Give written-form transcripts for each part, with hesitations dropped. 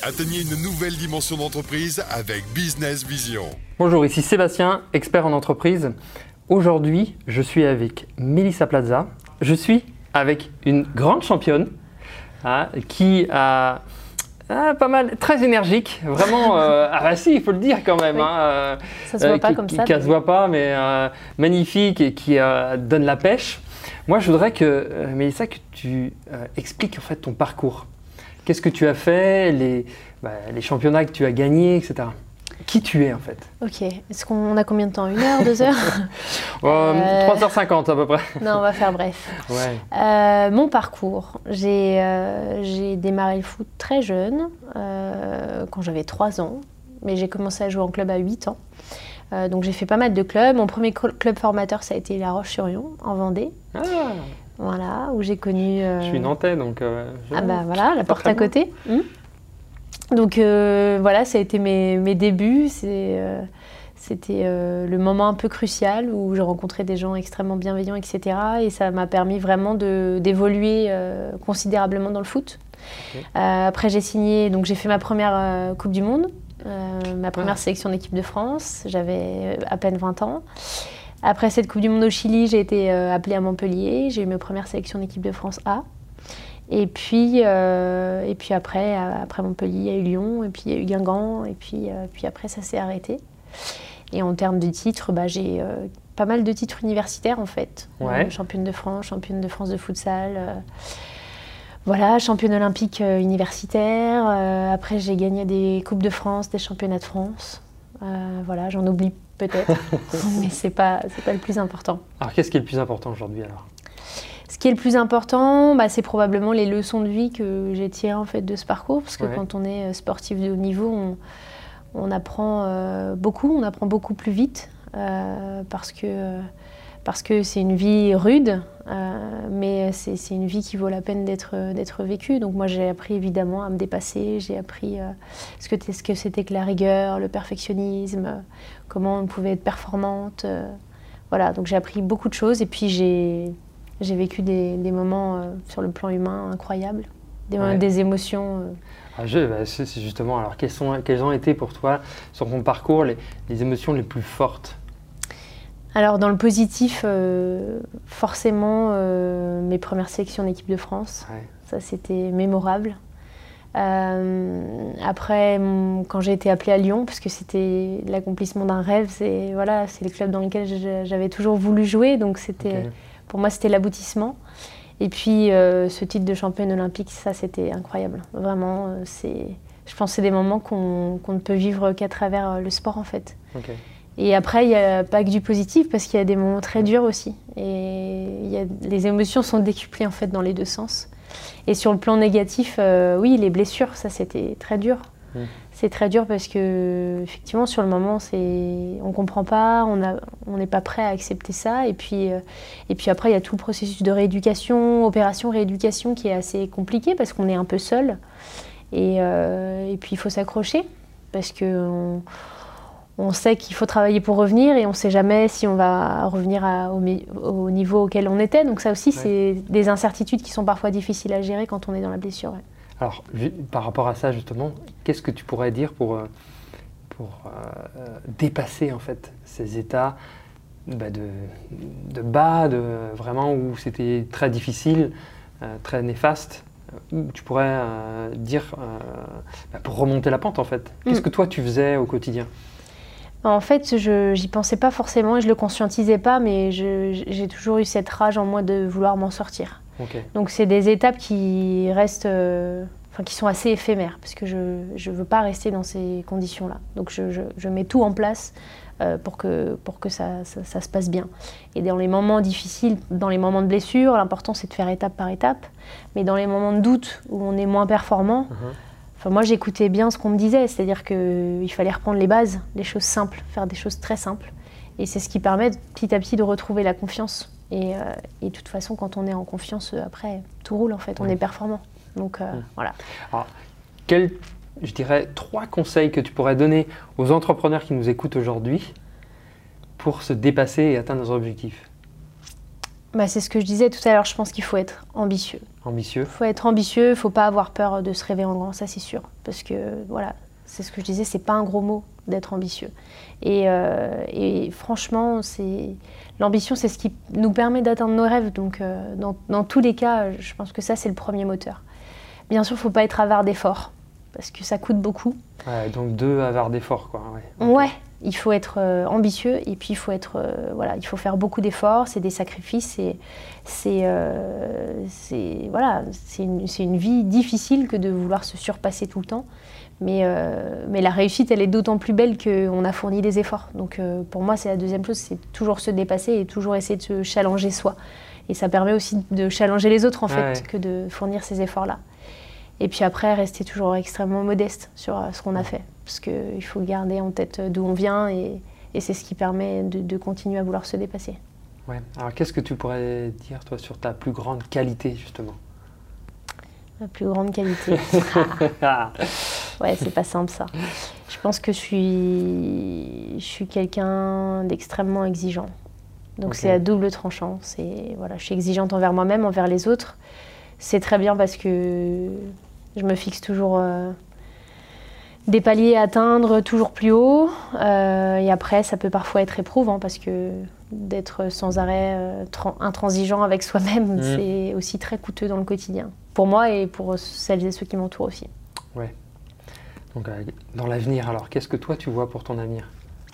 Atteignez une nouvelle dimension d'entreprise avec Business Vision. Bonjour, ici Sébastien, expert en entreprise. Aujourd'hui, je suis avec Melissa Plaza. Je suis avec une grande championne qui a pas mal, très énergique, vraiment. Si, il faut le dire quand même. Oui. Ça se voit pas comme ça. Ça se voit pas, mais magnifique et qui donne la pêche. Moi, je voudrais que Melissa, que tu expliques en fait ton parcours. Qu'est-ce que tu as fait, les championnats que tu as gagnés, etc. Qui tu es en fait. Ok. Est-ce qu'on a combien de temps? 1 heure, 2 heures 3h50 à peu près. Non, on va faire bref. Ouais. Mon parcours. J'ai démarré le foot très jeune, quand j'avais 3 ans. Mais j'ai commencé à jouer en club à 8 ans. Donc j'ai fait pas mal de clubs. Mon premier club formateur, ça a été La Roche-sur-Yon, en Vendée. Ah. Voilà, où j'ai connu... Je suis nantais, donc... voilà, la porte à côté. Donc voilà, ça a été mes débuts. C'était le moment un peu crucial où j'ai rencontré des gens extrêmement bienveillants, etc. Et ça m'a permis vraiment d'évoluer considérablement dans le foot. Okay. Après, j'ai signé, donc j'ai fait ma première Coupe du Monde, ma première sélection d'équipe de France. J'avais à peine 20 ans. Après cette Coupe du Monde au Chili, j'ai été appelée à Montpellier. J'ai eu ma première sélection d'équipe de France A. Et puis après Montpellier, il y a eu Lyon, et puis il y a eu Guingamp, et puis après ça s'est arrêté. Et en termes de titres, j'ai pas mal de titres universitaires en fait. Ouais. Championne de France de futsal, voilà, championne olympique universitaire. Après j'ai gagné des Coupes de France, des championnats de France. Voilà, j'en oublie peut-être, mais c'est pas le plus important. Alors qu'est-ce qui est le plus important aujourd'hui alors ? Ce qui est le plus important, c'est probablement les leçons de vie que j'ai tirées en fait de ce parcours, parce que quand on est sportif de haut niveau, on apprend beaucoup plus vite, parce que c'est une vie rude, mais c'est une vie qui vaut la peine d'être vécue. Donc moi j'ai appris évidemment à me dépasser, j'ai appris ce que c'était que la rigueur, le perfectionnisme, comment on pouvait être performante. Voilà, donc j'ai appris beaucoup de choses et puis j'ai vécu des moments sur le plan humain incroyables, des émotions. C'est justement, alors quelles ont été pour toi, sur ton parcours, les émotions les plus fortes ? Alors dans le positif, forcément mes premières sélections d'équipe de France, ça c'était mémorable. Après, quand j'ai été appelée à Lyon, parce que c'était l'accomplissement d'un rêve, c'est le club dans lequel j'avais toujours voulu jouer, donc pour moi c'était l'aboutissement. Et puis ce titre de championne olympique, ça c'était incroyable. Vraiment, je pense que c'est des moments qu'on ne peut vivre qu'à travers le sport en fait. Okay. Et après, il n'y a pas que du positif, parce qu'il y a des moments très durs aussi. Et les émotions sont décuplées en fait dans les deux sens. Et sur le plan négatif, oui, les blessures, ça c'était très dur. C'est très dur parce que effectivement sur le moment, on ne comprend pas, on n'est pas prêt à accepter ça. Et puis après, il y a tout le processus de rééducation, opération rééducation qui est assez compliqué parce qu'on est un peu seul. Et puis il faut s'accrocher parce que on sait qu'il faut travailler pour revenir et on ne sait jamais si on va revenir au niveau auquel on était. Donc ça aussi, c'est des incertitudes qui sont parfois difficiles à gérer quand on est dans la blessure. Ouais. Alors, par rapport à ça justement, qu'est-ce que tu pourrais dire pour dépasser en fait ces états de bas, vraiment où c'était très difficile, très néfaste, où tu pourrais dire pour remonter la pente en fait. Qu'est-ce que toi tu faisais au quotidien ? En fait, j'y pensais pas forcément et je le conscientisais pas, mais j'ai toujours eu cette rage en moi de vouloir m'en sortir. Okay. Donc c'est des étapes qui restent, qui sont assez éphémères, parce que je veux pas rester dans ces conditions-là. Donc je mets tout en place pour que ça se passe bien. Et dans les moments difficiles, dans les moments de blessure, l'important c'est de faire étape par étape. Mais dans les moments de doute où on est moins performant. Moi, j'écoutais bien ce qu'on me disait, c'est-à-dire qu'il fallait reprendre les bases, les choses simples, faire des choses très simples. Et c'est ce qui permet petit à petit de retrouver la confiance. Et de toute façon, quand on est en confiance, après, tout roule en fait, on est performant. Donc voilà. Alors, je dirais, 3 conseils que tu pourrais donner aux entrepreneurs qui nous écoutent aujourd'hui pour se dépasser et atteindre nos objectifs ? Bah, c'est ce que je disais tout à l'heure, je pense qu'il faut être ambitieux. Ambitieux. Il faut être ambitieux, il ne faut pas avoir peur de se rêver en grand, ça c'est sûr. Parce que voilà, c'est ce que je disais, c'est pas un gros mot d'être ambitieux. Et franchement, l'ambition, c'est ce qui nous permet d'atteindre nos rêves. Donc dans tous les cas, je pense que ça c'est le premier moteur. Bien sûr, il ne faut pas être avare d'efforts, parce que ça coûte beaucoup. Ouais, donc 2 avares d'efforts, quoi. Ouais. Ouais, il faut être ambitieux et puis il faut faire beaucoup d'efforts, c'est des sacrifices, c'est une vie difficile que de vouloir se surpasser tout le temps. Mais la réussite, elle est d'autant plus belle qu'on a fourni des efforts. Donc pour moi, c'est la deuxième chose, c'est toujours se dépasser et toujours essayer de se challenger soi. Et ça permet aussi de challenger les autres en fait, que de fournir ces efforts-là. Et puis après, rester toujours extrêmement modeste sur ce qu'on a fait. Parce qu'il faut garder en tête d'où on vient et c'est ce qui permet de continuer à vouloir se dépasser. Ouais. Alors qu'est-ce que tu pourrais dire, toi, sur ta plus grande qualité, justement? Ma plus grande qualité. Ouais, c'est pas simple ça. Je pense que je suis quelqu'un d'extrêmement exigeant. Donc c'est à double tranchant. Voilà, je suis exigeante envers moi-même, envers les autres. C'est très bien parce que je me fixe toujours des paliers à atteindre toujours plus haut. Et après, ça peut parfois être éprouvant parce que d'être sans arrêt intransigeant avec soi-même, c'est aussi très coûteux dans le quotidien. Pour moi et pour celles et ceux qui m'entourent aussi. Ouais. Donc dans l'avenir, alors, qu'est-ce que toi tu vois pour ton avenir?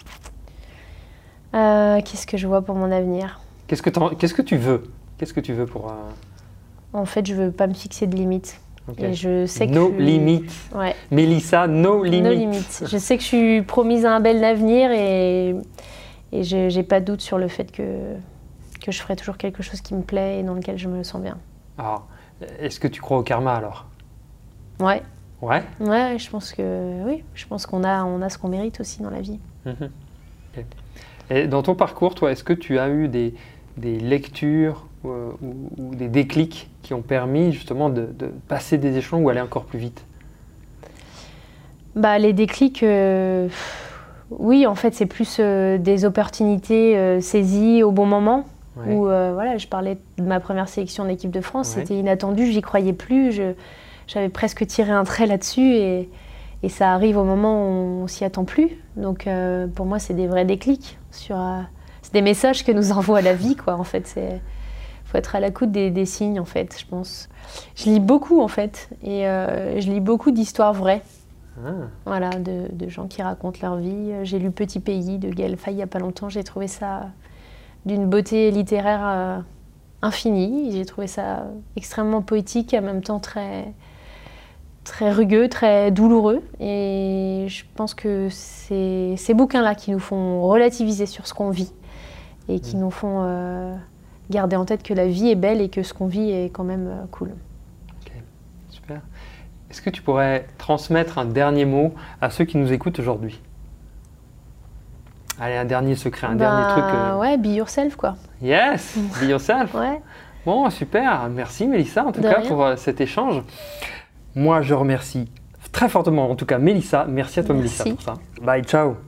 Qu'est-ce que je vois pour mon avenir? Qu'est-ce que tu veux? Qu'est-ce que tu veux pour... En fait, je veux pas me fixer de limites. Okay. Et je sais que no limites. Ouais. Mélissa, no limites. No limites. Je sais que je suis promise à un bel avenir et j'ai pas de doute sur le fait que je ferai toujours quelque chose qui me plaît et dans lequel je me sens bien. Alors, est-ce que tu crois au karma alors? Ouais. Ouais? Ouais, je pense que oui. Je pense qu'on a ce qu'on mérite aussi dans la vie. Okay. Et dans ton parcours, toi, est-ce que tu as eu des lectures ou des déclics qui ont permis justement de passer des échelons ou aller encore plus vite? Bah, les déclics, oui, en fait, c'est plus des opportunités saisies au bon moment. Ouais. Où voilà, je parlais de ma première sélection de l'équipe de France, ouais. C'était inattendu, j'y croyais plus, j'avais presque tiré un trait là-dessus et ça arrive au moment où on s'y attend plus. Donc pour moi, c'est des vrais déclics. C'est des messages que nous envoie la vie, quoi. En fait, faut être à l'écoute des signes, en fait, je pense. Je lis beaucoup, en fait, et je lis beaucoup d'histoires vraies. Voilà, de gens qui racontent leur vie. J'ai lu Petit Pays de Gaël Faye il n'y a pas longtemps. J'ai trouvé ça d'une beauté littéraire infinie. J'ai trouvé ça extrêmement poétique et en même temps très rugueux, très douloureux. Et je pense que c'est ces bouquins-là qui nous font relativiser sur ce qu'on vit et qui nous font garder en tête que la vie est belle et que ce qu'on vit est quand même cool. Ok, super. Est-ce que tu pourrais transmettre un dernier mot à ceux qui nous écoutent aujourd'hui? Allez, un dernier secret, dernier truc. Ouais, be yourself, quoi. Yes, be yourself. Ouais. Bon, super. Merci Mélissa, en tout cas, pour cet échange. Moi, je remercie très fortement, en tout cas, Mélissa. Merci à toi, Mélissa, pour ça. Bye, ciao.